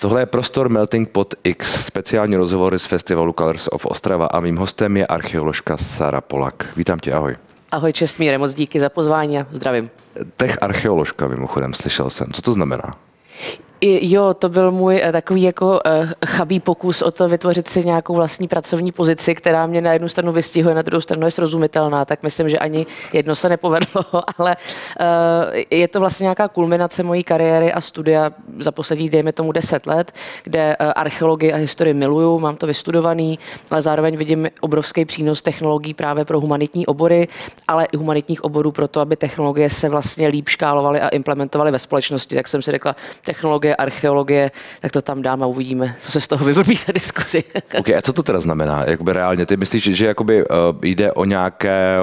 Tohle je prostor Melting Pot X, speciální rozhovory z festivalu Colors of Ostrava a mým hostem je archeoložka Sara Polak. Vítám tě, ahoj. Ahoj Čestmíre, moc díky za pozvání a zdravím. Tech archeoložka mimochodem, slyšel jsem. Co to znamená? Jo, to byl můj takový jako chabý pokus o to vytvořit si nějakou vlastní pracovní pozici, která mě na jednu stranu vystihuje, na druhou stranu je srozumitelná, tak myslím, že ani jedno se nepovedlo, ale je to vlastně nějaká kulminace mojí kariéry a studia za posledních, dejme tomu 10 let, kde archeologii a historii miluju, mám to vystudovaný, ale zároveň vidím obrovský přínos technologií právě pro humanitní obory, ale i humanitních oborů pro to, aby technologie se vlastně líp škálovaly a implementovaly ve společnosti. Tak jsem si řekla, technologie, archeologie, tak to tam dám a uvidíme, co se z toho vyvrbí za diskuzi. Ok, a co to teda znamená? Jakoby reálně, ty myslíš, že jakoby, jde o nějaké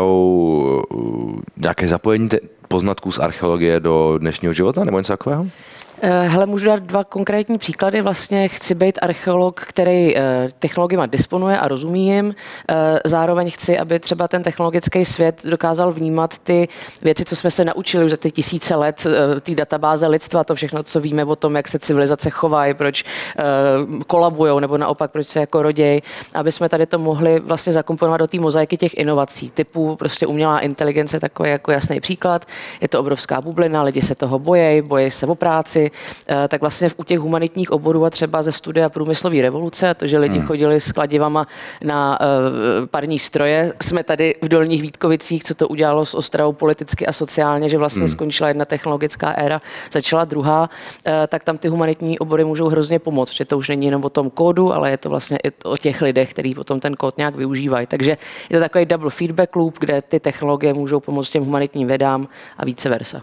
zapojení poznatků z archeologie do dnešního života nebo něco takového? Hele, můžu dát dva konkrétní příklady. Vlastně chci být archeolog, který technologiemi disponuje a rozumí jim. Zároveň chci, aby třeba ten technologický svět dokázal vnímat ty věci, co jsme se naučili už za ty tisíce let, ty databáze lidstva, to všechno, co víme o tom, jak se civilizace chovají, proč kolabujou, nebo naopak, proč se jako rodějí, aby jsme tady to mohli vlastně zakomponovat do té mozaiky těch inovací, typu prostě umělá inteligence, takový jako jasný příklad. Je to obrovská bublina, lidi se toho bojí se o práci, tak vlastně u těch humanitních oborů a třeba ze studia průmyslové revoluce a to, že lidi chodili s kladivama na parní stroje, jsme tady v Dolních Vítkovicích, co to udělalo s Ostravou politicky a sociálně, že vlastně skončila jedna technologická éra, začala druhá, tak tam ty humanitní obory můžou hrozně pomoct, že to už není jenom o tom kódu, ale je to vlastně i o těch lidech, kteří potom ten kód nějak využívají. Takže je to takový double feedback loop, kde ty technologie můžou pomoct těm humanitním vědám a vice versa.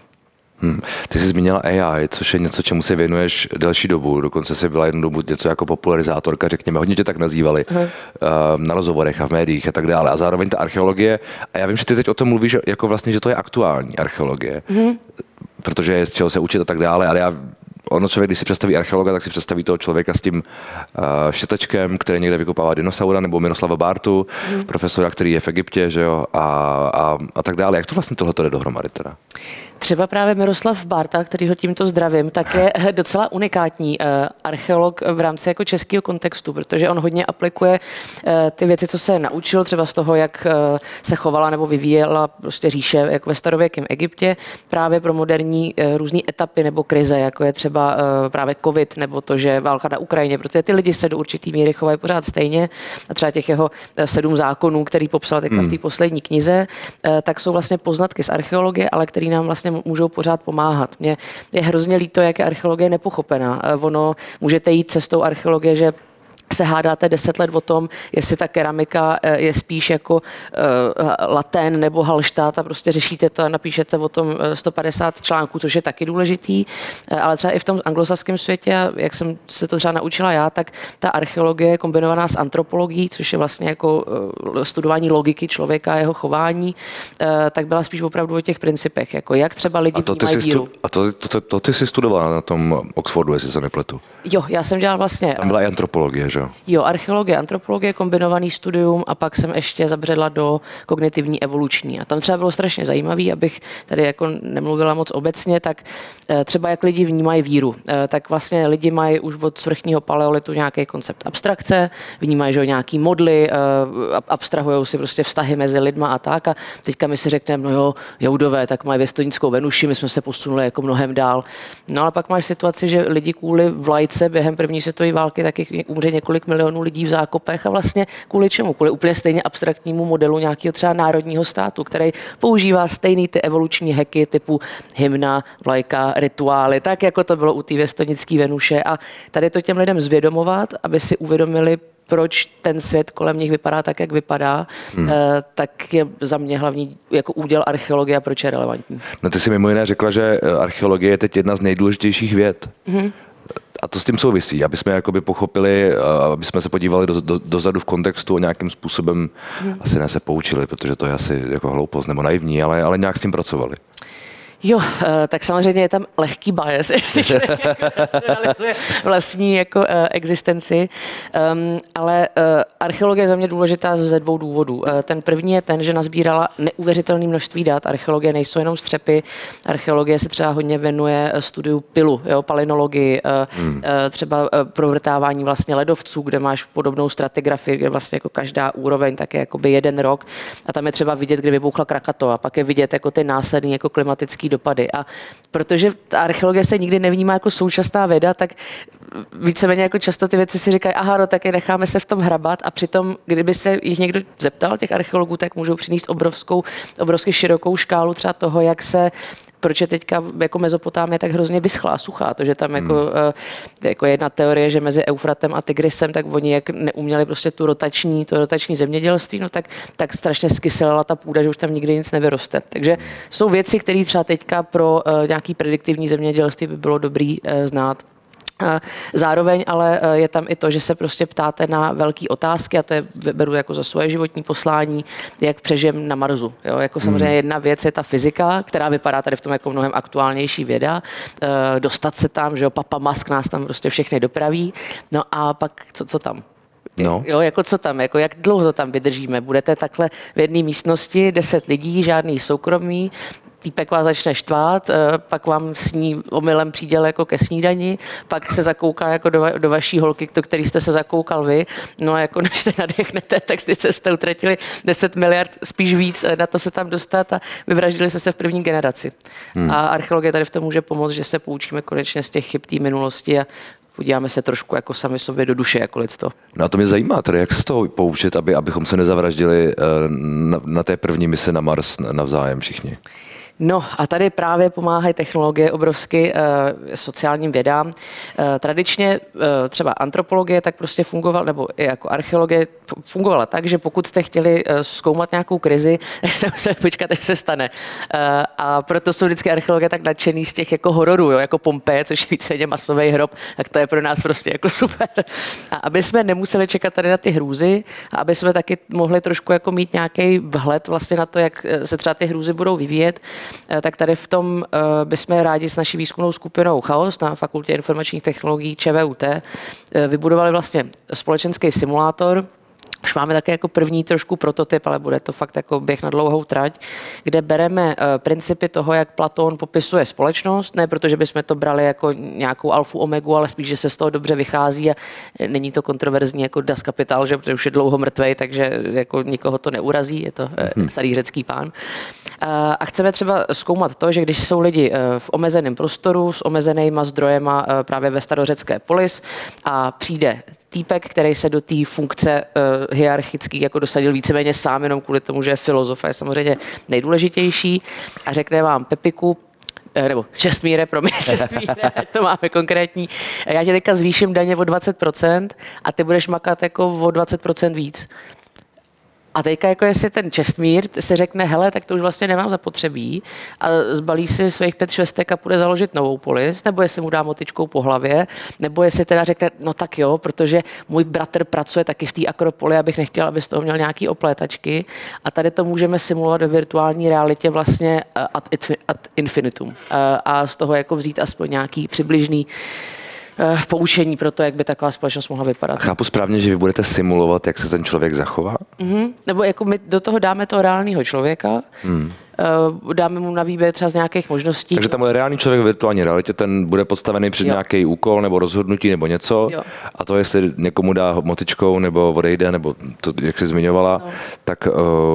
Ty jsi zmínila AI, což je něco, čemu se věnuješ delší dobu. Dokonce jsi byla jednu dobu něco jako popularizátorka, řekněme, hodně tě tak nazývali na rozhovorech a v médiích a tak dále. A zároveň ta archeologie, a já vím, že ty teď o tom mluvíš jako vlastně, že to je aktuální archeologie, protože je z čeho se učit a tak dále, ale ono člověk, když si představí archeologa, tak si představí toho člověka s tím štětečkem, který někde vykopává dinosaura, nebo Miroslava Bártu, profesora, který je v Egyptě, že jo, a tak dále. Jak to vlastně tohle jde dohromady teda? Třeba právě Miroslav Bárta, který ho tímto zdravím, tak je docela unikátní archeolog v rámci jako českého kontextu, protože on hodně aplikuje ty věci, co se naučil, třeba z toho, jak se chovala nebo vyvíjela prostě říše jako ve starověkém Egyptě, právě pro moderní různé etapy nebo krize, jako je třeba právě covid nebo to, že válka na Ukrajině, protože ty lidi se do určitý míry chovají pořád stejně a třeba těch jeho 7 zákonů, který popsal teďka v té poslední knize, tak jsou vlastně poznatky z archeologie, ale který nám vlastně můžou pořád pomáhat. Mně je hrozně líto, jak je archeologie nepochopená. Ono můžete jít cestou archeologie, že se hádáte 10 let o tom, jestli ta keramika je spíš jako latén nebo halštát a prostě řešíte to a napíšete o tom 150 článků, což je taky důležitý, ale třeba i v tom anglosaském světě, jak jsem se to třeba naučila já, tak ta archeologie je kombinovaná s antropologií, což je vlastně jako studování logiky člověka a jeho chování, tak byla spíš opravdu o těch principech, jako jak třeba lidi vnímají víru. A to ty jsi studovala na tom Oxfordu, jestli se nepletu. Jo, já jsem dělala vlastně... Tam byla i antropologie, že? Jo, archeologie, antropologie, kombinovaný studium a pak jsem ještě zabředla do kognitivní evoluční. A tam třeba bylo strašně zajímavý, abych tady jako nemluvila moc obecně, tak třeba jak lidi vnímají víru. Tak vlastně lidi mají už od svrchního paleolitu nějaký koncept abstrakce, vnímají, že nějaký modly, abstrahujou si prostě vztahy mezi lidma a tak. A teďka my si řekneme, no jo, Joudové, tak mají věstonickou Venuši, my jsme se posunuli jako mnohem dál. No ale pak máš situaci, že lidi kvůli vlajce během první světové války taky umře několik milionů lidí v zákopech a vlastně kvůli čemu? Kvůli úplně stejně abstraktnímu modelu nějakého třeba národního státu, který používá stejný ty evoluční hacky typu hymna, vlajka, rituály, tak jako to bylo u té věstonické Venuše. A tady to těm lidem zvědomovat, aby si uvědomili, proč ten svět kolem nich vypadá tak, jak vypadá, tak je za mě hlavní jako úděl archeologie a proč je relevantní. No ty jsi mimo jiné řekla, že archeologie je teď jedna z nejdůležitějších věd. A to s tím souvisí, aby jsme jakoby pochopili, aby jsme se podívali dozadu v kontextu a nějakým způsobem asi ne se poučili, protože to je asi jako hloupost nebo naivní, ale nějak s tím pracovali. Jo, tak samozřejmě je tam lehký bias, jestli člověk racionalizuje vlastní jako existenci, ale archeologie je za mě důležitá ze dvou důvodů. Ten první je ten, že nazbírala neuvěřitelné množství dat. Archeologie nejsou jenom střepy, archeologie se třeba hodně věnuje studiu pilu, jo, palinologii, třeba provrtávání vlastně ledovců, kde máš podobnou stratigrafii, kde vlastně jako každá úroveň tak je jakoby jeden rok a tam je třeba vidět, kdy vybuchla Krakatoa, pak je vidět jako ty následný jako klimatický dopady. A protože ta archeologie se nikdy nevnímá jako současná věda, tak víceméně jako často ty věci si říkají, aha, no tak je necháme se v tom hrabat a přitom, kdyby se jich někdo zeptal, těch archeologů, tak můžou přinést obrovsky širokou škálu třeba toho, proč je teďka jako Mezopotámie tak hrozně vyschlá, suchá. To, že tam jako jedna teorie, že mezi Eufratem a Tigrisem, tak oni jak neuměli prostě to rotační zemědělství, no tak strašně skyselila ta půda, že už tam nikdy nic nevyroste. Takže jsou věci, které třeba teďka pro nějaký prediktivní zemědělství by bylo dobrý znát. Zároveň ale je tam i to, že se prostě ptáte na velké otázky a to je beru jako za svoje životní poslání, jak přežijem na Marsu. Jo? Jako samozřejmě jedna věc je ta fyzika, která vypadá tady v tom jako mnohem aktuálnější věda. Dostat se tam, že jo, Papa Musk nás tam prostě všechny dopraví. No a pak co tam? No. Jo, jako co tam, jako jak dlouho to tam vydržíme? Budete takhle v jedné místnosti, 10 lidí, žádný soukromí, týpek vás začne štvát, pak vám sní omylem příděl jako ke snídani, pak se zakouká jako do vaší holky, do který jste se zakoukal vy, no a jako než se nadechnete, tak jste utratili 10 miliard, spíš víc na to se tam dostat a vyvraždili se v první generaci. A archeologie tady v tom může pomoct, že se poučíme konečně z těch chyb té minulosti a podíváme se trošku jako sami sobě do duše jako lidstvo. No a to mě zajímá, tedy jak se z toho poučit, abychom se nezavraždili na té první misi na Mars navzájem všichni. No a tady právě pomáhají technologie obrovsky sociálním vědám. Tradičně třeba antropologie tak prostě fungovala, nebo i jako archeologie fungovala tak, že pokud jste chtěli zkoumat nějakou krizi, tak jste museli počkat, až se stane. A proto jsou vždycky archeologie tak nadšený z těch jako hororů, jo, jako Pompeje, což je víceméně masový hrob, tak to je pro nás prostě jako super. A aby jsme nemuseli čekat tady na ty hrůzy, a aby jsme taky mohli trošku jako mít nějaký vhled vlastně na to, jak se třeba ty hrůzy budou vyvíjet, tak tady v tom bychom rádi s naší výzkumnou skupinou Chaos na Fakultě informačních technologií ČVUT vybudovali vlastně společenský simulátor. Už máme také jako první trošku prototyp, ale bude to fakt jako běh na dlouhou trať, kde bereme principy toho, jak Platón popisuje společnost, ne protože bychom to brali jako nějakou alfu omegu, ale spíš, že se z toho dobře vychází a není to kontroverzní jako Das Kapital, že protože už je dlouho mrtvej, takže jako nikoho to neurazí, je to starý řecký pán. A chceme třeba zkoumat to, že když jsou lidi v omezeném prostoru s omezenýma zdrojema právě ve starořecké polis a přijde týpek, který se do té funkce hierarchický jako dosadil víceméně sám, jenom kvůli tomu, že je filozof a je samozřejmě nejdůležitější a řekne vám Pepiku, nebo Čestmíre, to máme konkrétní, já tě teďka zvýším daně o 20% a ty budeš makat jako o 20% víc. A teďka, jako jestli ten Čestmír si řekne, hele, tak to už vlastně nemám zapotřebí a zbalí si svých 5 švestek a půjde založit novou polis, nebo jestli mu dá motyčkou po hlavě, nebo jestli teda řekne, no tak jo, protože můj bratr pracuje taky v té Akropoli, abych nechtěl, aby z toho měl nějaký oplétačky a tady to můžeme simulovat ve virtuální realitě vlastně ad infinitum a z toho jako vzít aspoň nějaký přibližný poučení pro to, jak by taková společnost mohla vypadat. Chápu správně, že vy budete simulovat, jak se ten člověk zachová? Nebo jako my do toho dáme toho reálného člověka, dáme mu na výběr třeba z nějakých možností. Takže tam bude reálný člověk v virtuální realitě, ten bude podstavený před nějaký úkol nebo rozhodnutí nebo něco. Jo. A to, jestli někomu dá motyčkou nebo odejde, nebo to, jak jsi zmiňovala, tak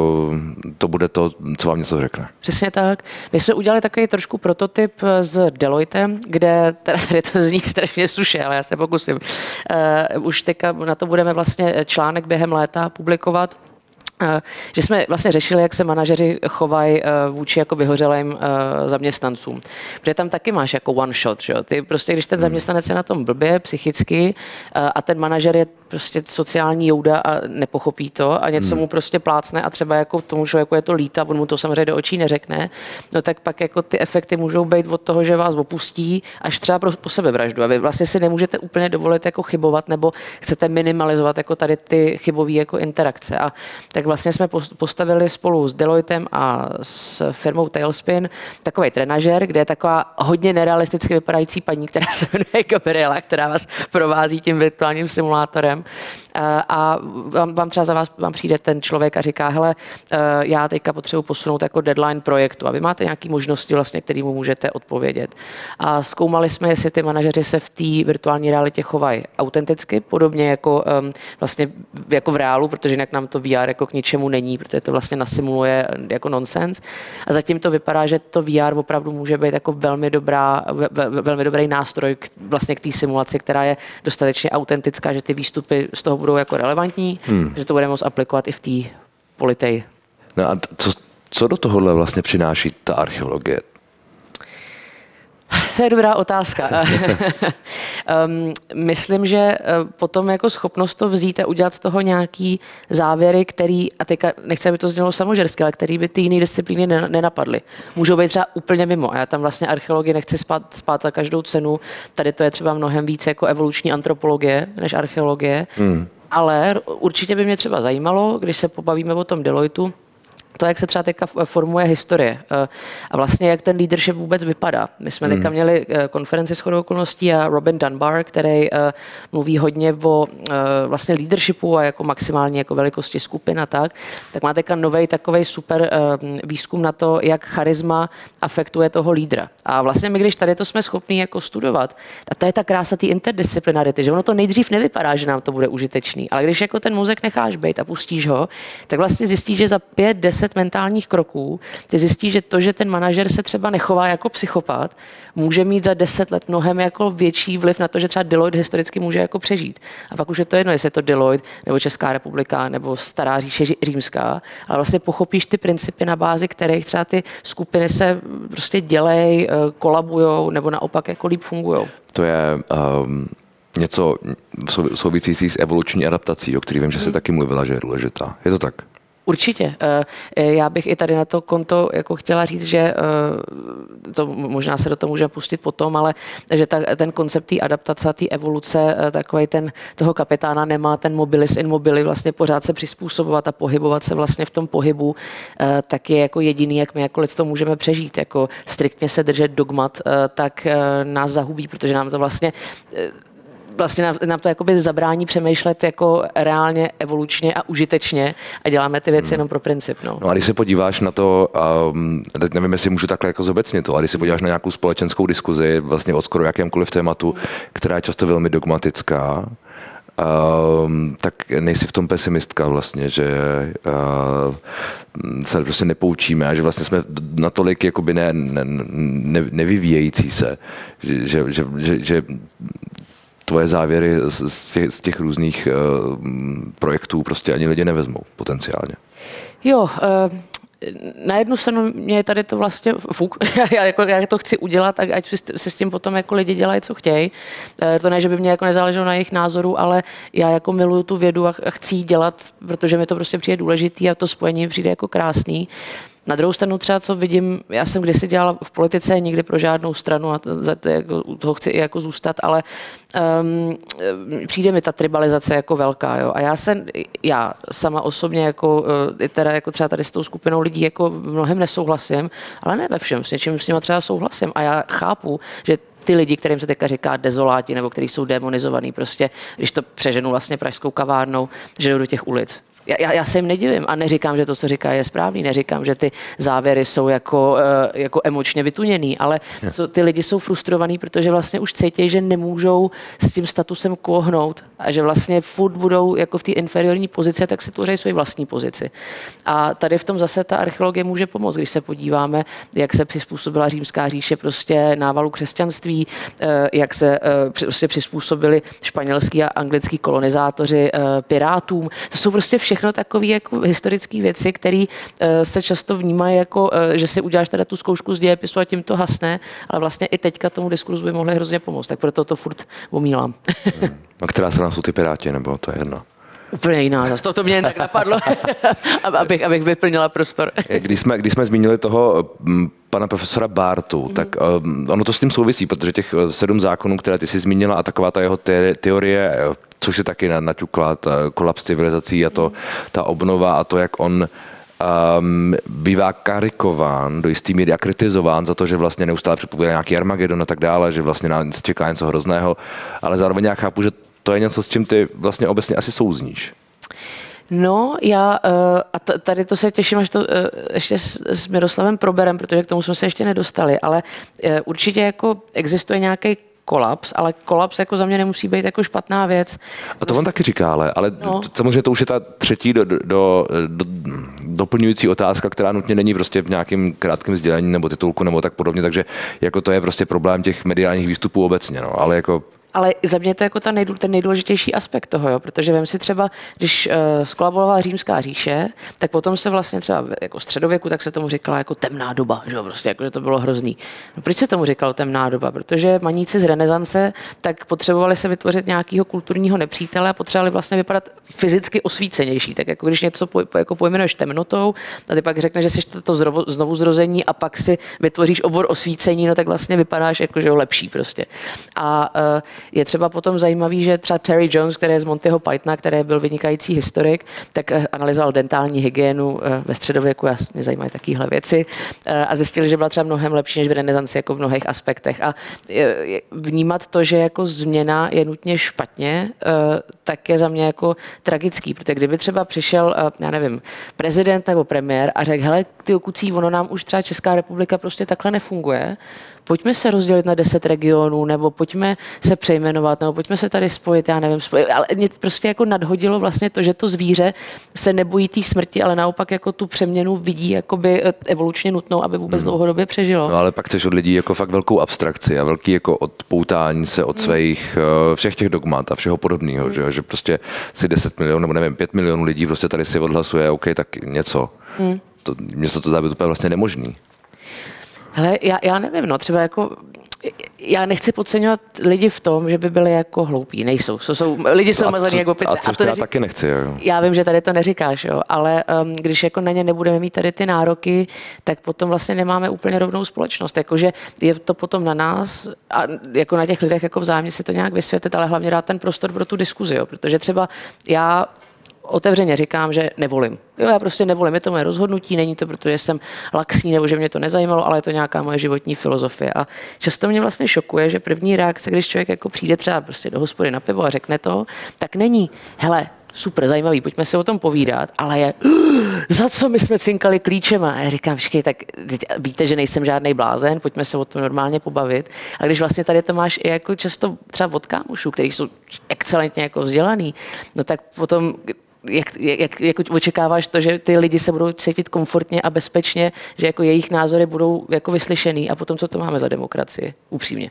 to bude to, co vám něco řekne. Přesně tak. My jsme udělali takový trošku prototyp s Deloitem, kde tady to zní strašně suše, ale já se pokusím. Už teďka na to budeme vlastně článek během léta publikovat. Že jsme vlastně řešili, jak se manažeři chovají vůči jako vyhořelým zaměstnancům. Protože tam taky máš jako one shot, že? Ty prostě, když ten zaměstnanec je na tom blbě, psychicky a ten manažer je prostě sociální jouda a nepochopí to a něco mu prostě plácne a třeba jako tomu člověku je to líto a on mu to samozřejmě do očí neřekne, no tak pak jako ty efekty můžou být od toho, že vás opustí až třeba po sebevraždu a vy vlastně si nemůžete úplně dovolit jako chybovat nebo chcete minimalizovat jako tady ty chybové jako interakce a tak vlastně jsme postavili spolu s Deloittem a s firmou Tailspin takový trenažer, kde je taková hodně nerealisticky vypadající paní, která se jmenuje Gabriela, která vás provází tím virtuálním simulátorem. A vám třeba vám přijde ten člověk a říká, hele, já teďka potřebuji posunout jako deadline projektu a vy máte nějaké možnosti, vlastně, kterým můžete odpovědět. A zkoumali jsme, jestli ty manažeři se v té virtuální realitě chovají autenticky, podobně jako vlastně jako v reálu, protože jinak nám to VR jako k ničemu není, protože to vlastně nasimuluje jako nonsense. A zatím to vypadá, že to VR opravdu může být jako velmi dobrý nástroj vlastně k té simulaci, která je dostatečně autentická, že ty výstupy z toho budou jako relevantní, že to budeme moct aplikovat i v té politeji. No a co do tohohle vlastně přináší ta archeologie? To je dobrá otázka. Myslím, že potom jako schopnost to vzít a udělat z toho nějaký závěry, který, a teďka nechci, aby to znělo samožersky, ale který by ty jiné disciplíny nenapadly. Můžou být třeba úplně mimo. A já tam vlastně archeologii nechci spát za každou cenu. Tady to je třeba mnohem více jako evoluční antropologie než archeologie. Ale určitě by mě třeba zajímalo, když se pobavíme o tom Deloittu, to, jak se třeba teďka formuje historie a vlastně jak ten leadership vůbec vypadá. My jsme teďka měli konferenci shodou okolností a Robin Dunbar, který mluví hodně o vlastně leadershipu a jako maximální jako velikosti skupin a tak má teďka novej takovej super výzkum na to, jak charisma afektuje toho lídra. A vlastně my, když tady to jsme schopni jako studovat, a to je ta krása té interdisciplinarity, že ono to nejdřív nevypadá, že nám to bude užitečný, ale když jako ten mozek necháš bejt a pustíš ho, tak vlastně zjistíš, že za 5-10 mentálních kroků ty zjistíš, že to, že ten manažer se třeba nechová jako psychopat, může mít za 10 let mnohem jako větší vliv na to, že třeba Deloitte historicky může jako přežít. A pak už je to jedno, jestli je to Deloitte, nebo Česká republika, nebo stará říše římská, ale vlastně pochopíš ty principy, na bázi kterých třeba ty skupiny se prostě dělej, kolabujou, nebo naopak jako líp fungujou. To je něco související s evoluční adaptací, o který vím, že se taky mluvila, že je důležitá. Je to tak? Určitě. Já bych i tady na to konto jako chtěla říct, že to možná se do toho můžeme pustit potom, ale že ten koncept té adaptace a té evoluce, takovej toho kapitána nemá ten mobilis in mobili, vlastně pořád se přizpůsobovat a pohybovat se vlastně v tom pohybu, tak je jako jediný, jak my jako lidstvo můžeme přežít. Jako striktně se držet dogmat, tak nás zahubí, protože nám to vlastně nám to jakoby zabrání přemýšlet jako reálně, evolučně a užitečně a děláme ty věci jenom pro princip. No a když se podíváš na to, nevím, jestli můžu takhle jako zobecnit to, ale když se podíváš na nějakou společenskou diskuzi vlastně o skoro jakémkoliv tématu, která je často velmi dogmatická, tak nejsi v tom pesimistka vlastně, že se prostě nepoučíme a že vlastně jsme natolik jakoby nevyvíjející se, že tvoje závěry z těch různých projektů prostě ani lidi nevezmou potenciálně. Jo, na jednu stranu mě je tady to vlastně fuk, já to chci udělat, ať se s tím potom jako lidi dělají, co chtějí. To ne, že by mě jako nezáleželo na jejich názoru, ale já jako miluju tu vědu a chci ji dělat, protože mi to prostě přijde důležitý a to spojení mi přijde jako krásný. Na druhou stranu třeba, co vidím, já jsem kdysi dělala v politice, nikdy pro žádnou stranu a u toho chci i jako zůstat, ale přijde mi ta tribalizace jako velká. Jo? A já sama osobně jako třeba tady s tou skupinou lidí jako mnohem nesouhlasím, ale ne ve všem, s něčím s nimi třeba souhlasím. A já chápu, že ty lidi, kterým se teďka říká dezoláti, nebo kteří jsou demonizovaní, prostě, když to přeženu vlastně pražskou kavárnou, že jdou do těch ulic. Já se jim nedivím a neříkám, že to, co říká, je správný, neříkám, že ty závěry jsou jako emočně vytuněný, ale ty lidi jsou frustrovaní, protože vlastně už cítí, že nemůžou s tím statusem kohnout a že vlastně furt budou jako v té inferiorní pozici, tak si tvoří svoji vlastní pozici. A tady v tom zase ta archeologie může pomoct, když se podíváme, jak se přizpůsobila římská říše prostě návalu křesťanství, jak se prostě přizpůsobili španělský a anglický kolonizátoři pirátům. To jsou prostě všechno takové jako historické věci, které se často vnímají jako, že si uděláš teda tu zkoušku z dějepisu a tím to hasne, ale vlastně i teďka tomu diskurzu by mohly hrozně pomoct, tak proto to furt omílám. A která strana jsou ty piráti, nebo to je jedno? Úplně jiná, zase to mě jen tak napadlo, abych vyplnila prostor. Když jsme zmínili toho pana profesora Bartu, tak ono to s tím souvisí, protože těch 7 zákonů, které ty jsi zmínila a taková ta jeho teorie což se taky naťukla, kolaps civilizací a ta obnova a to, jak on bývá karikován do jistý míry a kritizován za to, že vlastně neustále předpovídá nějaký Armagedon a tak dále, že vlastně nás čeká něco hrozného, ale zároveň já chápu, že to je něco, s čím ty vlastně obecně asi souzníš. No, a tady to se těším, až to ještě s Miroslavem proberem, protože k tomu jsme se ještě nedostali, ale určitě jako existuje nějaký kolaps, ale kolaps jako za mě nemusí být jako špatná věc. A to on taky říká, ale samozřejmě to už je ta třetí doplňující otázka, která nutně není prostě v nějakém krátkém sdělení nebo titulku nebo tak podobně, takže jako to je prostě problém těch mediálních výstupů obecně, no, ale jako ale za mě to je jako ten nejdůležitější aspekt toho, jo? Protože vem si třeba, když skolabovala Římská říše, tak potom se vlastně třeba jako středověku, tak se tomu říkala jako temná doba, že jo? Prostě jako, že to bylo hrozný. No, proč se tomu říkalo temná doba? Protože maníci z renesance tak potřebovali se vytvořit nějakého kulturního nepřítele a potřebovali vlastně vypadat fyzicky osvícenější. Tak jako když něco jako pojmenuješ temnotou a ty pak řekneš, že jsi to znovu zrození a pak si vytvoříš obor osvícení, no tak vlastně vypadáš jako, že jo, lepší prostě. A je třeba potom zajímavý, že třeba Terry Jones, který je z Montyho Pythona, který byl vynikající historik, tak analyzoval dentální hygienu ve středověku, mě zajímají takovéhle věci a zjistili, že byla třeba mnohem lepší než v renesanci jako v mnohých aspektech. A vnímat to, že jako změna je nutně špatně, tak je za mě jako tragický, protože kdyby třeba přišel, já nevím, prezident nebo premiér a řekl, hele, ty kucí, ono nám už třeba Česká republika prostě takhle nefunguje, pojďme se rozdělit na 10 regionů, nebo pojďme se přejmenovat, nebo pojďme se tady spojit, já nevím, ale mě prostě jako nadhodilo vlastně to, že to zvíře se nebojí té smrti, ale naopak jako tu přeměnu vidí jakoby evolučně nutnou, aby vůbec dlouhodobě přežilo. No ale pak chceš od lidí jako fakt velkou abstrakci a velký jako odpoutání se od svých všech těch dogmat a všeho podobného, že prostě si 10 milionů, nebo nevím, 5 milionů lidí prostě tady si odhlasuje, OK, tak něco. Mně se to zdá být úplně vlastně nemožný. Hele, já nevím, no, třeba jako, já nechci podceňovat lidi v tom, že by byli jako hloupí, nejsou. Lidi jsou mazaný jako pice. A to já taky nechci. Jo. Já vím, že tady to neříkáš, jo, ale když jako na ně nebudeme mít tady ty nároky, tak potom vlastně nemáme úplně rovnou společnost. Jakože je to potom na nás a jako na těch lidech jako vzájemně si to nějak vysvětlit, ale hlavně dát ten prostor pro tu diskuzi, jo, protože třeba já otevřeně říkám, že nevolím. Jo, já prostě nevolím, je to moje rozhodnutí, není to, protože jsem laxní nebo že mě to nezajímalo, ale je to nějaká moje životní filozofie. A často mě vlastně šokuje, že první reakce, když člověk jako přijde třeba prostě do hospody na pivo a řekne to, tak není, hele, super, zajímavý, pojďme si o tom povídat, ale je, za co my jsme cinkali klíčema? A já říkám, všakej, tak víte, že nejsem žádný blázen, pojďme se o tom normálně pobavit. A když vlastně tady to máš i jako často třeba od kámošů, kteří jsou excelentně jako vzdělaný, no tak potom jak očekáváš to, že ty lidi se budou cítit komfortně a bezpečně, že jako jejich názory budou jako vyslyšený a potom co to máme za demokracii, upřímně.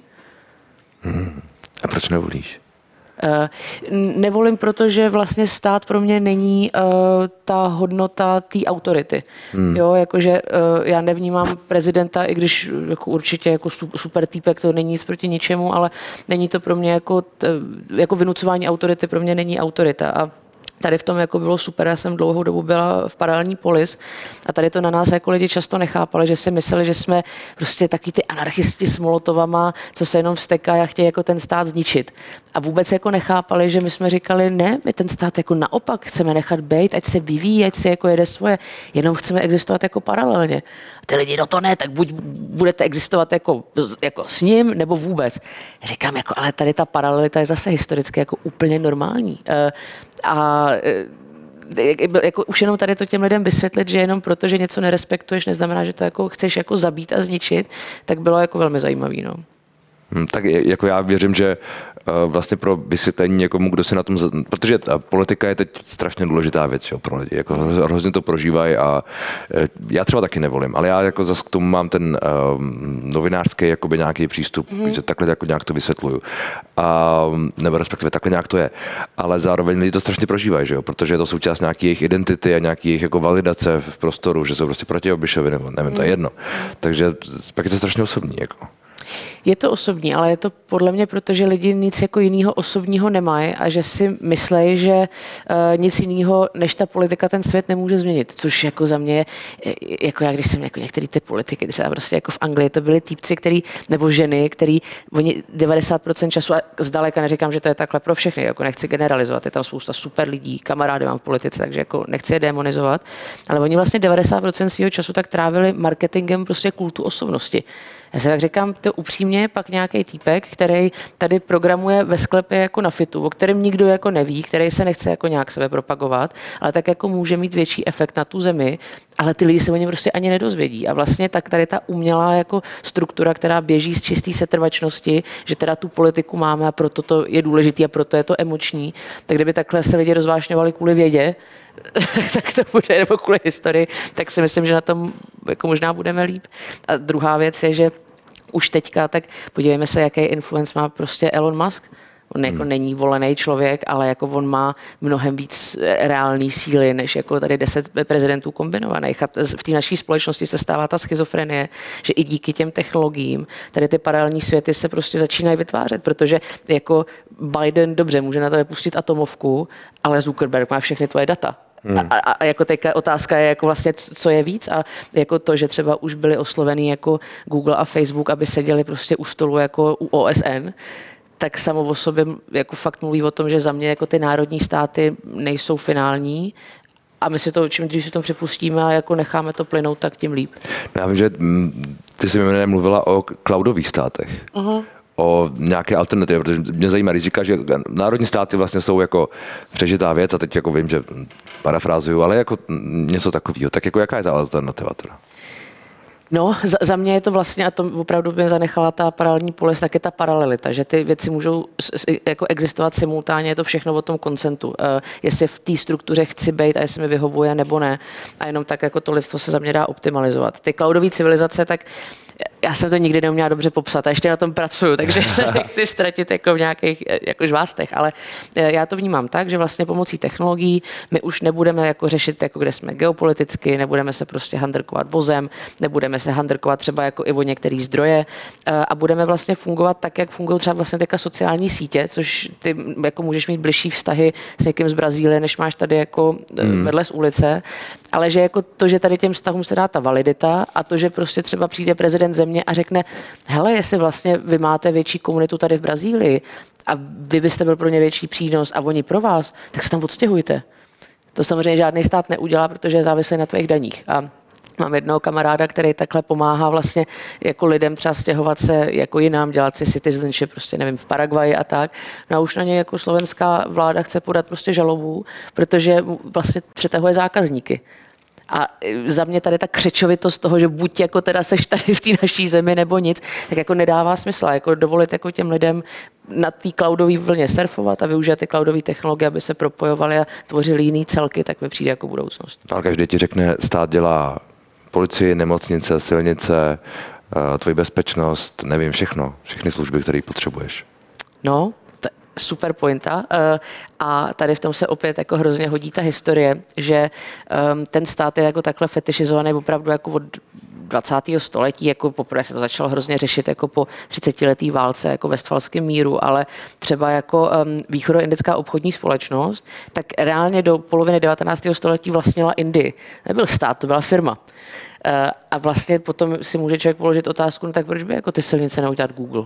A proč nevolíš? Nevolím, protože vlastně stát pro mě není ta hodnota té autority. Jo, jakože já nevnímám prezidenta, i když jako určitě jako super týpek, to není nic proti ničemu, ale není to pro mě jako vynucování autority, pro mě není autorita. A tady v tom jako bylo super, já jsem dlouhou dobu byla v paralelní polis a tady to na nás jako lidi často nechápali, že si mysleli, že jsme prostě taky ty anarchisti s molotovama, co se jenom vztekají a chtějí jako ten stát zničit. A vůbec jako nechápali, že my jsme říkali, ne, my ten stát jako naopak chceme nechat bejt, ať se vyvíjí, ať se jako jede svoje, jenom chceme existovat jako paralelně. A ty lidi, no to ne, tak buď budete existovat jako s ním, nebo vůbec. Říkám, jako, ale tady ta paralelita je zase historicky jako úplně normální. A jako už jenom tady to těm lidem vysvětlit, že jenom proto, že něco nerespektuješ, neznamená, že to jako chceš jako zabít a zničit, tak bylo jako velmi zajímavý. No. Tak jako já věřím, že vlastně pro vysvětlení někomu, kdo se na tom... Protože ta politika je teď strašně důležitá věc, jo, pro lidi. Jako hrozně to prožívají a já třeba taky nevolím, ale já jako zase k tomu mám ten novinářský jakoby nějaký přístup, že takhle jako nějak to vysvětluju. Nebo respektive takhle nějak to je. Ale zároveň lidi to strašně prožívají, že jo, protože je to součást nějaké jejich identity a nějaké jejich jako validace v prostoru, že jsou prostě proti Obišovi, nebo nevím, to je jedno. Takže pak je to strašně osobní, jako. Je to osobní, ale je to podle mě, protože lidi nic jako jiného osobního nemají a že si myslejí, že nic jiného než ta politika ten svět nemůže změnit, což jako za mě jako já, když jsem jako některý ty politiky, třeba prostě jako v Anglii to byly týpci, nebo ženy, který oni 90% času, a zdaleka neříkám, že to je takhle pro všechny, jako nechci generalizovat, je tam spousta super lidí, kamarády mám v politice, takže jako nechci je demonizovat, ale oni vlastně 90% svého času tak trávili marketingem prostě kultu osobnosti. Já si tak říkám, to upřímně pak nějaký týpek, který tady programuje ve sklepě jako na fitu, o kterém nikdo jako neví, který se nechce jako nějak sebe propagovat, ale tak jako může mít větší efekt na tu zemi, ale ty lidi se o něm prostě ani nedozvědí. A vlastně tak tady ta umělá jako struktura, která běží z čisté setrvačnosti, že teda tu politiku máme a proto to je důležitý a proto je to emoční, tak kdyby takhle se lidi rozvášňovali kvůli vědě, tak to bude, nebo kvůli historii, tak si myslím, že na tom jako možná budeme líp. A druhá věc je, že už teďka, tak podívejme se, jaký influence má prostě Elon Musk. On jako není volený člověk, ale jako on má mnohem víc reální síly, než jako tady 10 prezidentů kombinovaných. A v té naší společnosti se stává ta schizofrenie, že i díky těm technologiím tady ty paralelní světy se prostě začínají vytvářet, protože jako Biden dobře může na to pustit atomovku, ale Zuckerberg má všechny tvoje data. A jako teďka otázka je jako vlastně, co je víc a jako to, že třeba už byli oslovený jako Google a Facebook, aby seděli prostě u stolu jako u OSN, tak samo o sobě jako fakt mluví o tom, že za mě jako ty národní státy nejsou finální a my si to, čím dřív si to připustíme a jako necháme to plynout, tak tím líp. Já vím, že ty jsi mi mluvila o cloudových státech. O nějaké alternativě, protože mě zajímá, když říkáš, že národní státy vlastně jsou jako přežitá věc a teď jako vím, že parafrázuju, ale jako něco takového. Tak jako jaká je ta alternativa teda? No, za mě je to vlastně, a to opravdu by zanechala ta paralelní polis, tak je ta paralelita, že ty věci můžou jako existovat simultánně, je to všechno o tom koncentu. Jestli v té struktuře chci být a jestli mi vyhovuje nebo ne. A jenom tak jako to lidstvo se za mě dá optimalizovat. Ty cloudové civilizace, tak já jsem to nikdy neuměla dobře popsat a ještě na tom pracuju, takže se nechci ztratit jako v nějakých jako žvástech, ale já to vnímám tak, že vlastně pomocí technologií my už nebudeme jako řešit, jako kde jsme geopoliticky, nebudeme se prostě handrkovat vozem, nebudeme se handrkovat třeba jako i o některé zdroje a budeme vlastně fungovat tak, jak fungují třeba vlastně teďka sociální sítě, což ty jako můžeš mít bližší vztahy s někým z Brazílie, než máš tady jako vedle z ulice, ale že jako to, že tady těm vztahům se dá ta validita a to, že prostě třeba přijde prezident země a řekne, hele, jestli vlastně vy máte větší komunitu tady v Brazílii a vy byste byl pro ně větší přínos a oni pro vás, tak se tam odstěhujte. To samozřejmě žádný stát neudělá, protože je závislý na tvých daních. A mám jednoho kamaráda, který takhle pomáhá vlastně jako lidem třeba stěhovat se jako jinam, dělat si citizenship, prostě nevím, v Paraguaji a tak. No a už na něj jako slovenská vláda chce podat prostě žalobu, protože vlastně přetahuje zákazníky. A za mě tady ta křečovitost toho, že buď jako teda seš tady v té naší zemi nebo nic, tak jako nedává smysl. Jako dovolit jako těm lidem na té cloudové vlně surfovat a využít ty cloudové technologie, aby se propojovali a tvořili jiný celky, tak mi přijde jako budoucnost. Ale každý ti řekne, stát dělá policii, nemocnice, silnice, tvoji bezpečnost, nevím, všechny služby, které potřebuješ. No, super pointa. A tady v tom se opět jako hrozně hodí ta historie, že ten stát je jako takhle fetišizovaný opravdu jako od 20. století, jako poprvé se to začalo hrozně řešit jako po 30letý válce, jako Westfalském míru, ale třeba jako východoindická obchodní společnost, tak reálně do poloviny 19. století vlastnila Indii. Nebyl stát, to byla firma. A vlastně potom si může člověk položit otázku, no tak proč by jako ty silnice neudělat Google?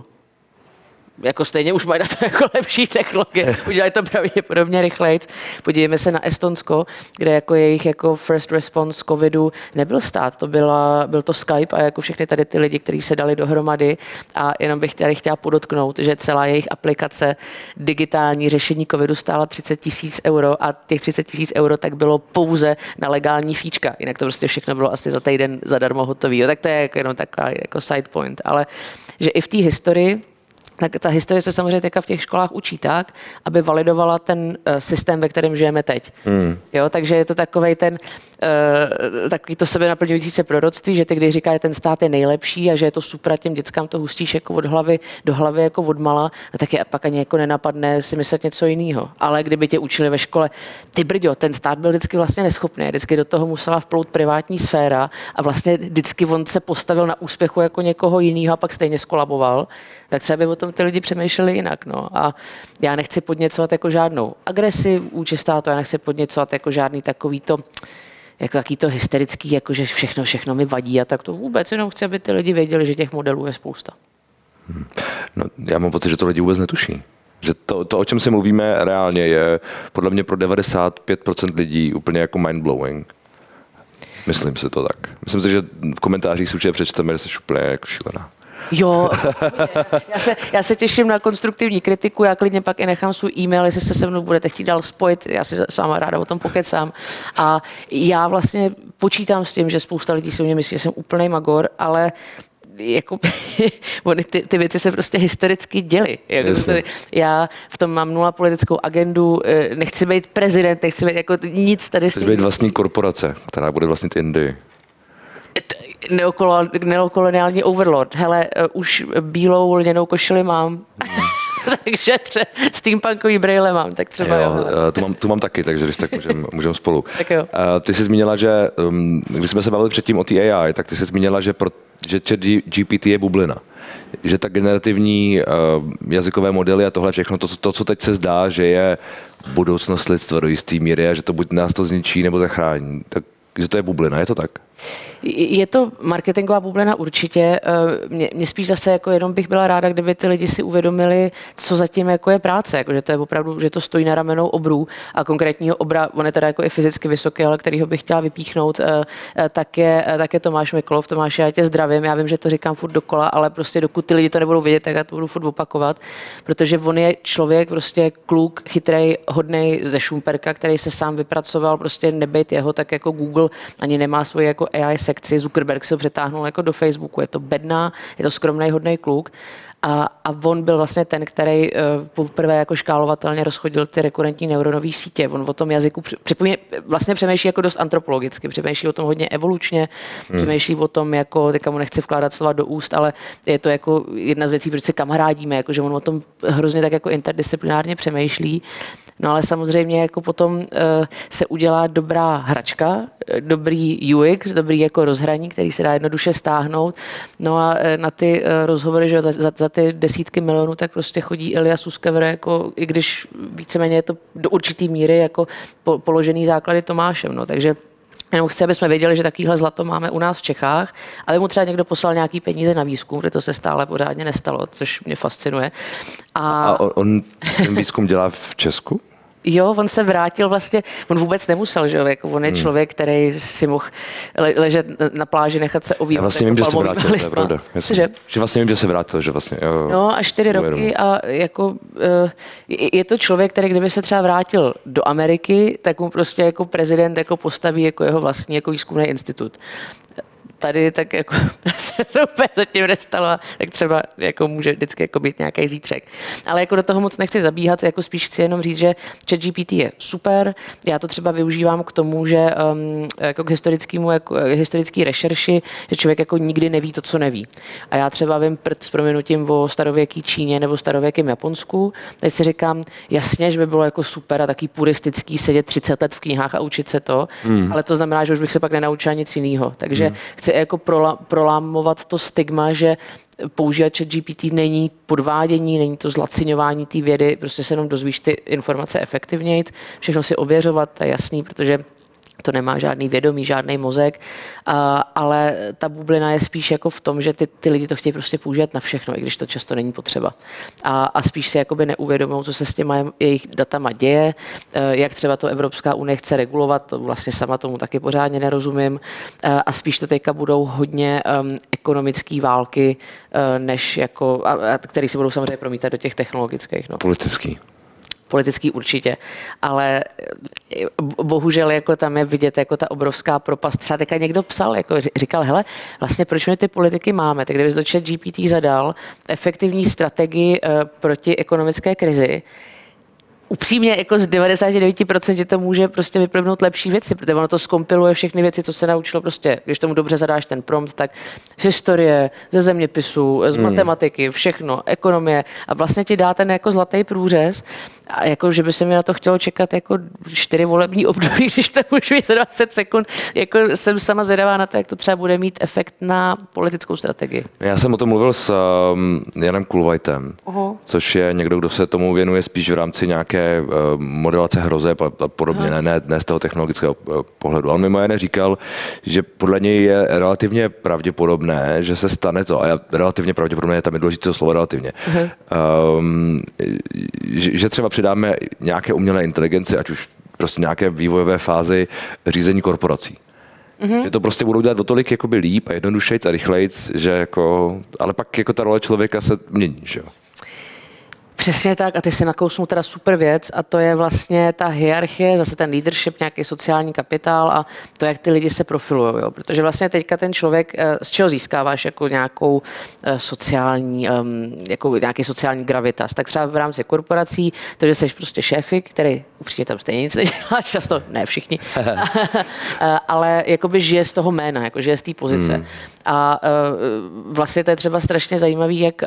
Jako stejně už mají na to jako lepší technologie, udělají to pravděpodobně rychlejc. Podívejme se na Estonsko, kde jako jejich jako first response covidu nebyl stát, byl to Skype a jako všechny tady ty lidi, kteří se dali dohromady a jenom bych tady chtěla podotknout, že celá jejich aplikace digitální řešení covidu stála 30 000 euro a těch 30 000 euro tak bylo pouze na legální fíčka, jinak to prostě všechno bylo asi za týden zadarmo hotový. Tak to je jako jenom taková jako side point, ale že i v té historii tak ta historie se samozřejmě teďka v těch školách učí tak, aby validovala ten systém, ve kterém žijeme teď. Jo, takže je to takovej ten, takový to sebe naplňující se proroctví, že ty když říká, že ten stát je nejlepší a že je to super a těm dětskám to hustíš jako od hlavy do hlavy jako od mala, tak je pak ani jako nenapadne si myslet něco jiného. Ale kdyby tě učili ve škole, ty brďo, ten stát byl vždycky vlastně neschopný, vždycky do toho musela vplout privátní sféra a vlastně vždycky on se postavil na úspěchu jako někoho jiného a pak stejně skolaboval, tak třeba by o tom ty lidi přemýšleli jinak. No. A já nechci podněcovat jako žádnou agresi vůči státu, já nechci podněcovat jako žádný takový to jako jaký to hysterický, jako že všechno mi vadí a tak to vůbec, jenom chci, aby ty lidi věděli, že těch modelů je spousta. No, já mám pocit, že to lidi vůbec netuší. Že to, o čem si mluvíme reálně, je podle mě pro 95% lidí úplně jako mindblowing. Myslím si to tak. Myslím si, že v komentářích si určitě přečteme, že jsi úplně jako šílená. Jo, já se těším na konstruktivní kritiku, já klidně pak i nechám svůj e-mail, jestli se mnou budete chtít dál spojit, já si s váma ráda o tom pokecám. A já vlastně počítám s tím, že spousta lidí si o mě myslí, že jsem úplnej magor, ale jako, ty věci se prostě historicky děly. Já v tom mám nula politickou agendu, nechci být prezident, nechci být jako nic tady s tím. Chci být vlastní korporace, která bude vlastnit Indii. Neokoloniální overlord. Hele, už bílou lněnou košili mám. Takže steampunkový brejle mám, tak třeba jo. Tu mám taky, takže když tak můžeme spolu. Tak jo. Ty jsi zmínila, že když jsme se bavili předtím o té AI, tak ty jsi zmínila, že GPT je bublina. Že ta generativní jazykové modely a tohle všechno, to, co teď se zdá, že je budoucnost lidstva do jistý míry a že to buď nás to zničí nebo zachrání, tak že to je bublina, je to tak? Je to marketingová bublina určitě. Mě spíš zase jako jenom bych byla ráda, kdyby ty lidi si uvědomili, co zatím jako je práce, jako, že to je opravdu, že to stojí na ramenou obrů a konkrétního obra, on je teda jako i fyzicky vysoký, ale kterýho bych chtěla vypíchnout, tak je Tomáš Mikolov. Tomáš, já tě zdravím, já vím, že to říkám furt dokola, ale prostě dokud ty lidi to nebudou vědět, tak já to budu furt opakovat, protože on je člověk, prostě kluk, chytrej, hodnej ze Šumperka, který se sám vypracoval, prostě nebejt jeho, tak jako Google ani nemá svoji jako AI sekci, Zuckerberg se ho přetáhnul jako do Facebooku, je to bedná, je to skromný, hodnej kluk a on byl vlastně ten, který poprvé jako škálovatelně rozchodil ty rekurentní neuronové sítě. On o tom jazyku vlastně přemýšlí jako dost antropologicky, přemýšlí o tom hodně evolučně, přemýšlí o tom, jako, teďka mu nechci vkládat slova do úst, ale je to jako jedna z věcí, proč se kamarádíme, jako, že on o tom hrozně tak jako interdisciplinárně přemýšlí. No ale samozřejmě jako potom se udělá dobrá hračka, dobrý UX, dobrý jako rozhraní, který se dá jednoduše stáhnout. No a na ty rozhovory, že za ty desítky milionů, tak prostě chodí Ilja Suskevr, jako, i když víceméně je to do určitý míry jako položený základy Tomášem. No, takže jenom chci, aby jsme věděli, že takovýhle zlato máme u nás v Čechách, aby mu třeba někdo poslal nějaký peníze na výzkum, protože to se stále pořádně nestalo, což mě fascinuje. A on ten výzkum dělá v Česku? Jo, on se vrátil vlastně, on vůbec nemusel, že jo, jako on je člověk, který si mohl ležet na pláži, nechat se ovívat. Já vlastně vím, že se vrátil, to je pravda. Že vlastně vím, že se vrátil, že vlastně, jo. No a 4 roky a jako je to člověk, který kdyby se třeba vrátil do Ameriky, tak mu prostě jako prezident jako postaví jako jeho vlastní jako výzkumný institut. Tady tak jako se to úplně zatím nestalo, tak třeba jako může vždycky jako být nějaký zítřek. Ale jako do toho moc nechci zabíhat, jako spíš chci jenom říct, že ChatGPT je super. Já to třeba využívám k tomu, že jako k historický rešerši, že člověk jako nikdy neví to, co neví. A já třeba vím s prominutím o starověký Číně nebo starověkém Japonsku. Teď si říkám, jasně, že by bylo jako super a taky puristický sedět 30 let v knihách a učit se to, ale to znamená, že už bych se pak nenaučila nic jiného. Takže chci jako prolámovat to stigma, že používat ChatGPT není podvádění, není to zlaciňování té vědy, prostě se jenom dozvíš ty informace efektivněji, všechno si ověřovat, to je jasný, protože to nemá žádný vědomí, žádný mozek, ale ta bublina je spíš jako v tom, že ty lidi to chtějí prostě používat na všechno, i když to často není potřeba. A spíš si jakoby neuvědomují, co se s těma jejich datama děje, jak třeba to Evropská unie chce regulovat, to vlastně sama tomu taky pořádně nerozumím. A spíš to teďka budou hodně ekonomické války, než jako, které se budou samozřejmě promítat do těch technologických. No. Politický určitě, ale bohužel jako tam je vidět jako ta obrovská propast. Třeba teďka někdo psal, jako říkal, hele, vlastně proč my ty politiky máme? Tak kdybys do ChatGPT zadal efektivní strategii proti ekonomické krizi, upřímně jako z 99% že to může prostě vyplivnout lepší věci, protože ono to zkompiluje všechny věci, co se naučilo prostě, když tomu dobře zadáš ten prompt, tak z historie, ze zeměpisu, z matematiky, všechno, ekonomie a vlastně ti dá ten jako zlatý průřez a jako, že by se mi na to chtělo čekat jako 4 volební období, když to můžu mít za 20 sekund, jako jsem sama zvědavá na to, jak to třeba bude mít efekt na politickou strategii. Já jsem o tom mluvil s Janem Kulvajtem, což je někdo, kdo se tomu věnuje spíš v rámci nějaké modelace hrozeb a podobně, ne z toho technologického pohledu. Ale mimo jiné říkal, že podle něj je relativně pravděpodobné, že se stane to, a relativně pravděpodobné je tam je důležité slovo relativně, že třeba přidáme nějaké umělé inteligenci, ať už prostě nějaké vývojové fázi řízení korporací. Že to prostě budou dělat o tolik jakoby líp a jednodušejc a rychlejc, že jako, ale pak jako ta role člověka se mění, že jo. Přesně tak a ty si nakousnul teda super věc a to je vlastně ta hierarchie, zase ten leadership, nějaký sociální kapitál a to, jak ty lidi se profilují, jo? Protože vlastně teďka ten člověk, z čeho získáváš jako nějakou sociální, jako nějaký sociální gravitas, tak třeba v rámci korporací, to, že jsi prostě šéfik, který upřímně tam stejně nic nedělá, často ne všichni, ale jakoby žije z toho jména, jako žije z té pozice. A vlastně to je třeba strašně zajímavý, jak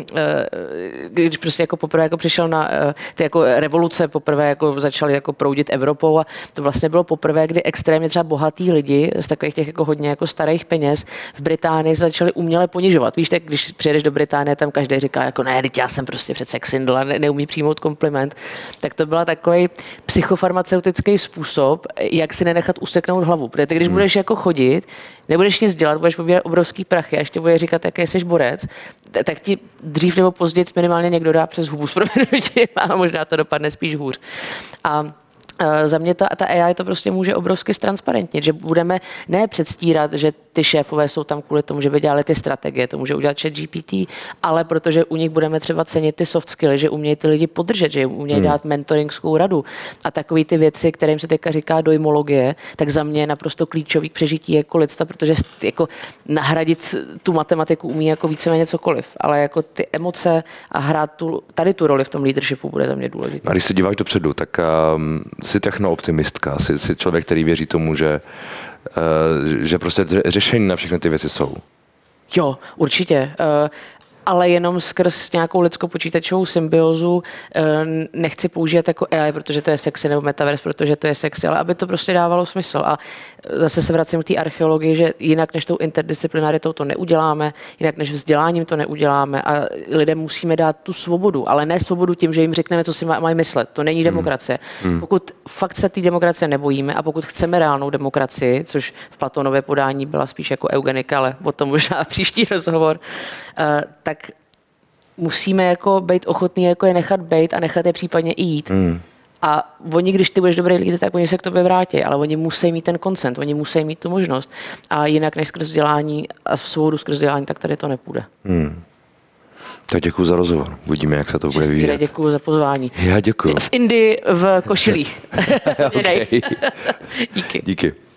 když prostě jako poprvé jako přišel na ty jako revoluce, poprvé jako začaly jako proudit Evropou a to vlastně bylo poprvé, kdy extrémně třeba bohatý lidi z takových těch jako hodně jako starých peněz v Británii začali uměle ponižovat. Víš, tak když přijedeš do Británie, tam každý říká jako ne, já jsem prostě přece sex symbol a neumí přijmout kompliment. Tak to byla takový psychofarmaceutický způsob, jak si nenechat useknout hlavu. Protože ty, když budeš jako chodit, nebudeš nic dělat, budeš pobírat obrovský prachy a ještě bude říkat, jaký jsi borec, tak ti dřív nebo později minimálně někdo dá přes hubu s proměnutím a možná to dopadne spíš hůř. A za mě ta AI to prostě může obrovsky ztransparentnit, že budeme ne předstírat, že ty šéfové jsou tam kvůli tomu, že by dělali ty strategie, to může udělat ChatGPT, ale protože u nich budeme třeba cenit ty soft skills, že umějí ty lidi podržet, že jim umějí dát mentoringskou radu a takový ty věci, kterým se teďka říká dojmologie, tak za mě je naprosto klíčový k přežití jako lidstva, protože jako nahradit tu matematiku umí jako víceméně cokoliv, ale jako ty emoce a hrát tady tu roli v tom leadershipu bude za mě důležité. A když se díváš dopředu, tak jsi technooptimistka, jsi člověk, který věří tomu, že prostě řešení na všechny ty věci jsou. Jo, určitě. Ale jenom skrz nějakou lidsko-počítačovou symbiózu nechci používat jako AI, protože to je sexy, nebo metaverse, protože to je sexy, ale aby to prostě dávalo smysl. A zase se vracím k té archeologii, že jinak než tou interdisciplinaritou to neuděláme, jinak než vzděláním to neuděláme a lidem musíme dát tu svobodu, ale ne svobodu tím, že jim řekneme, co si mají myslet. To není demokracie. Pokud fakt se té demokracie nebojíme a pokud chceme reálnou demokracii, což v Platonově podání byla spíš jako eugenika, ale o tom možná příští rozhovor, tak musíme jako být ochotný jako je nechat bejt a nechat je případně i jít. A oni, když ty budeš dobrý lídr, tak oni se k tobě vrátí, ale oni musí mít ten consent, oni musí mít tu možnost. A jinak než skrz vzdělání a svobodu skrz vzdělání, tak tady to nepůjde. Tak děkuji za rozhovor. Uvidíme, jak se to bude vyvíjet. Děkuji za pozvání. Já děkuji. V Indii v košilích. Okay. Díky. Díky.